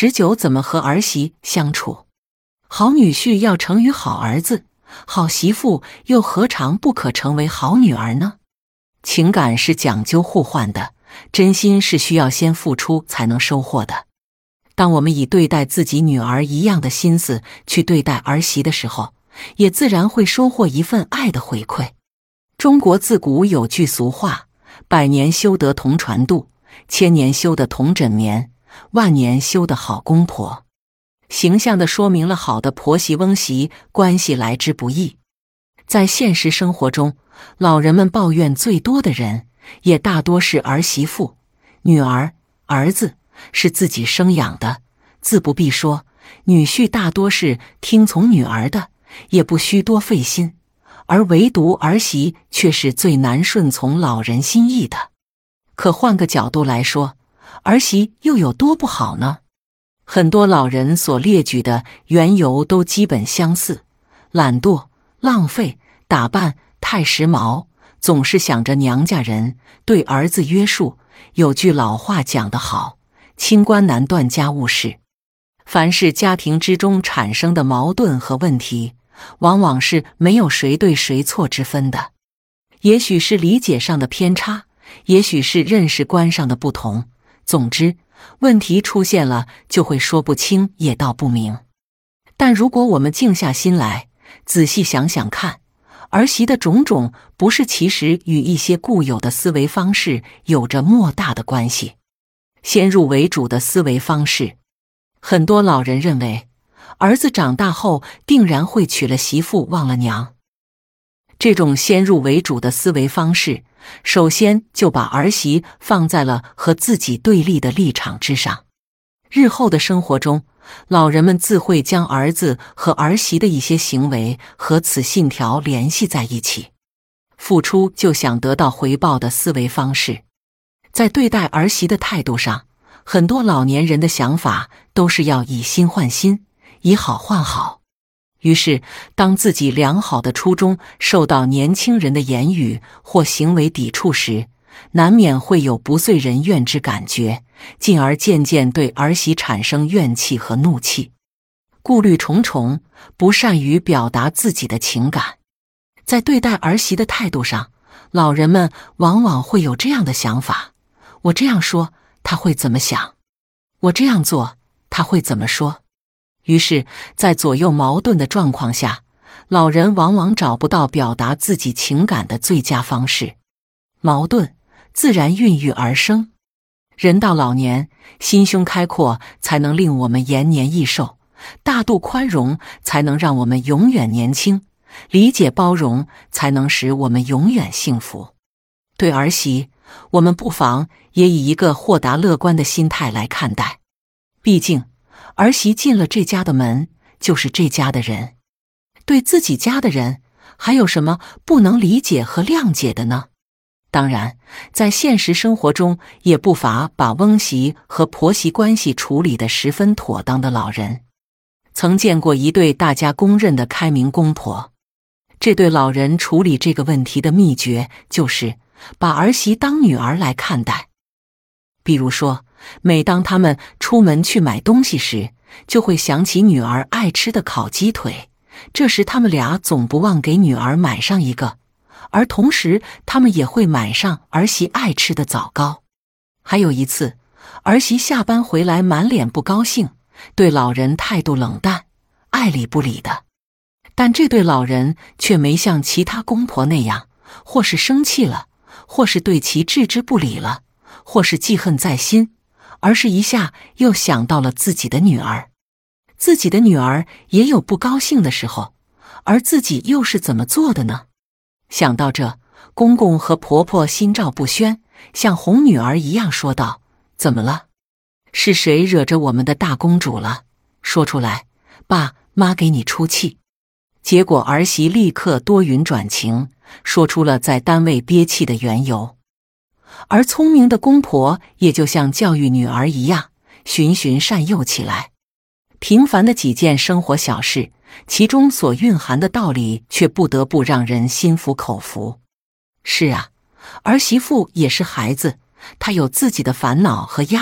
持久怎么和儿媳相处？好女婿要成于好儿子，好媳妇又何尝不可成为好女儿呢？情感是讲究互换的，真心是需要先付出才能收获的。当我们以对待自己女儿一样的心思去对待儿媳的时候，也自然会收获一份爱的回馈。中国自古有句俗话：100年修得同船渡，1000年修得同枕眠，10000年修得好公婆。形象地说明了好的婆媳翁媳关系来之不易。在现实生活中，老人们抱怨最多的人，也大多是儿媳妇、女儿、儿子，是自己生养的，自不必说。女婿大多是听从女儿的，也不需多费心，而唯独儿媳却是最难顺从老人心意的。可换个角度来说，儿媳又有多不好呢？很多老人所列举的缘由都基本相似：懒惰、浪费、打扮太时髦，总是想着娘家人，对儿子约束。有句老话讲得好，清官难断家务事。凡是家庭之中产生的矛盾和问题，往往是没有谁对谁错之分的。也许是理解上的偏差，也许是认识观上的不同，总之问题出现了就会说不清也道不明。但如果我们静下心来仔细想想看，儿媳的种种不是其实与一些固有的思维方式有着莫大的关系。先入为主的思维方式，很多老人认为儿子长大后定然会娶了媳妇忘了娘。这种先入为主的思维方式，首先就把儿媳放在了和自己对立的立场之上。日后的生活中，老人们自会将儿子和儿媳的一些行为和此信条联系在一起。付出就想得到回报的思维方式，在对待儿媳的态度上，很多老年人的想法都是要以心换心，以好换好。于是当自己良好的初衷受到年轻人的言语或行为抵触时，难免会有不遂人愿之感觉，进而渐渐对儿媳产生怨气和怒气。顾虑重重，不善于表达自己的情感。在对待儿媳的态度上，老人们往往会有这样的想法：我这样说，他会怎么想？我这样做，他会怎么说？于是在左右矛盾的状况下，老人往往找不到表达自己情感的最佳方式，矛盾自然孕育而生。人到老年，心胸开阔才能令我们延年益寿，大度宽容才能让我们永远年轻，理解包容才能使我们永远幸福。对儿媳，我们不妨也以一个豁达乐观的心态来看待。毕竟儿媳进了这家的门，就是这家的人。对自己家的人，还有什么不能理解和谅解的呢？当然，在现实生活中，也不乏把翁媳和婆媳关系处理得十分妥当的老人。曾见过一对大家公认的开明公婆，这对老人处理这个问题的秘诀就是把儿媳当女儿来看待。比如说，每当他们出门去买东西时，就会想起女儿爱吃的烤鸡腿，这时他们俩总不忘给女儿买上一个，而同时他们也会买上儿媳爱吃的枣糕。还有一次，儿媳下班回来满脸不高兴，对老人态度冷淡，爱理不理的。但这对老人却没像其他公婆那样，或是生气了，或是对其置之不理了，或是记恨在心，而是一下又想到了自己的女儿。自己的女儿也有不高兴的时候，而自己又是怎么做的呢？想到这，公公和婆婆心照不宣，像哄女儿一样说道：怎么了？是谁惹着我们的大公主了？说出来，爸妈给你出气。结果儿媳立刻多云转晴，说出了在单位憋气的缘由。而聪明的公婆也就像教育女儿一样，循循善诱起来。平凡的几件生活小事，其中所蕴含的道理却不得不让人心服口服。是啊，儿媳妇也是孩子，她有自己的烦恼和压力，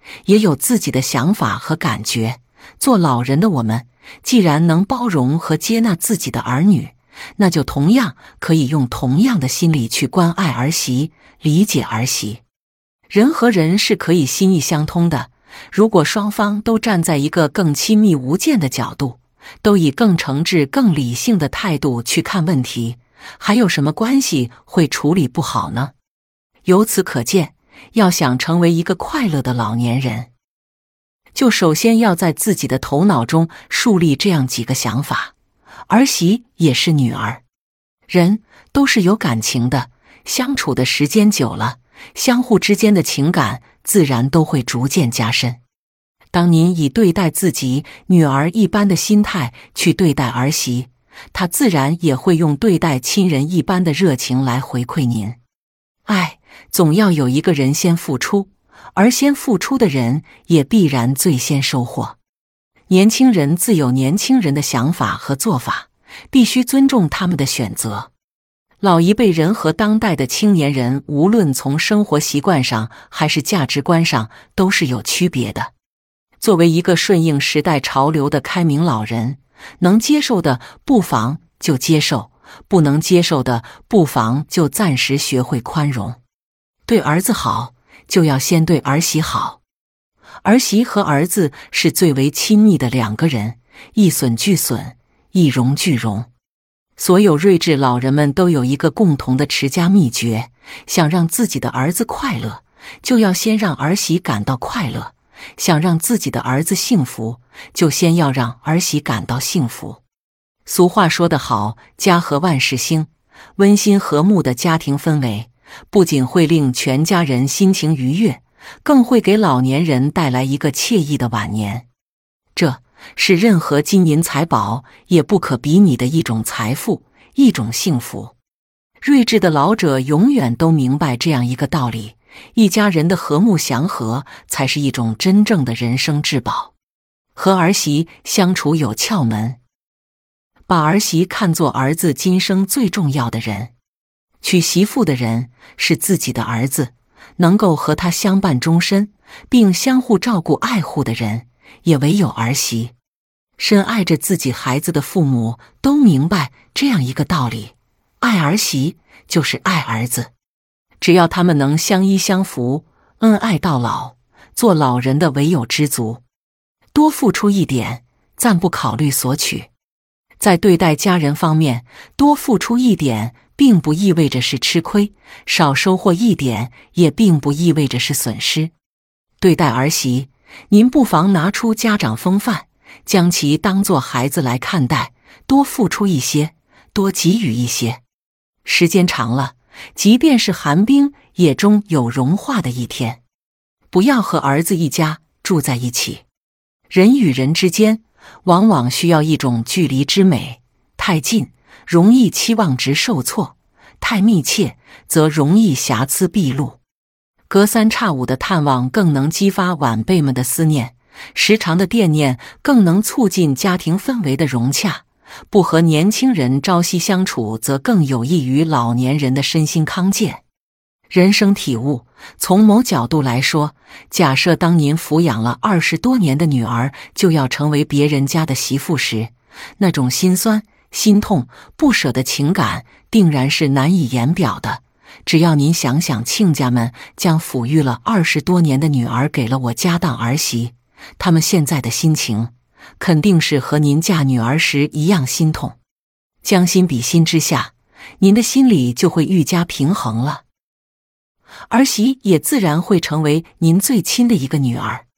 也有自己的想法和感觉。做老人的我们，既然能包容和接纳自己的儿女，那就同样可以用同样的心理去关爱儿媳，理解儿媳。人和人是可以心意相通的，如果双方都站在一个更亲密无间的角度，都以更诚挚、更理性的态度去看问题，还有什么关系会处理不好呢？由此可见，要想成为一个快乐的老年人，就首先要在自己的头脑中树立这样几个想法：儿媳也是女儿，人都是有感情的，相处的时间久了，相互之间的情感自然都会逐渐加深。当您以对待自己女儿一般的心态去对待儿媳，她自然也会用对待亲人一般的热情来回馈您。爱总要有一个人先付出，而先付出的人也必然最先收获。年轻人自有年轻人的想法和做法，必须尊重他们的选择。老一辈人和当代的青年人，无论从生活习惯上还是价值观上，都是有区别的。作为一个顺应时代潮流的开明老人，能接受的不妨就接受，不能接受的不妨就暂时学会宽容。对儿子好，就要先对儿媳好。儿媳和儿子是最为亲密的两个人，一损俱损，一荣俱荣。所有睿智老人们都有一个共同的持家秘诀：想让自己的儿子快乐，就要先让儿媳感到快乐；想让自己的儿子幸福，就先要让儿媳感到幸福。俗话说得好，家和万事兴。温馨和睦的家庭氛围，不仅会令全家人心情愉悦，更会给老年人带来一个惬意的晚年。这是任何金银财宝也不可比拟的一种财富，一种幸福。睿智的老者永远都明白这样一个道理：一家人的和睦祥和才是一种真正的人生至宝。和儿媳相处有窍门，把儿媳看作儿子今生最重要的人。娶媳妇的人是自己的儿子，能够和他相伴终身，并相互照顾爱护的人，也唯有儿媳。深爱着自己孩子的父母都明白这样一个道理：爱儿媳就是爱儿子。只要他们能相依相扶，恩爱到老，做老人的唯有知足。多付出一点，暂不考虑索取。在对待家人方面，多付出一点并不意味着是吃亏，少收获一点也并不意味着是损失。对待儿媳，您不妨拿出家长风范，将其当作孩子来看待，多付出一些，多给予一些。时间长了，即便是寒冰，也终有融化的一天。不要和儿子一家住在一起。人与人之间往往需要一种距离之美，太近容易期望值受挫，太密切则容易瑕疵毕露。隔三差五的探望更能激发晚辈们的思念，时常的惦念更能促进家庭氛围的融洽。不和年轻人朝夕相处，则更有益于老年人的身心康健。人生体悟，从某角度来说，假设当您抚养了20多年的女儿就要成为别人家的媳妇时，那种心酸、心痛、不舍的情感定然是难以言表的。只要您想想亲家们将抚育了20多年的女儿给了我家当儿媳，他们现在的心情肯定是和您嫁女儿时一样心痛。将心比心之下，您的心里就会愈加平衡了。儿媳也自然会成为您最亲的一个女儿。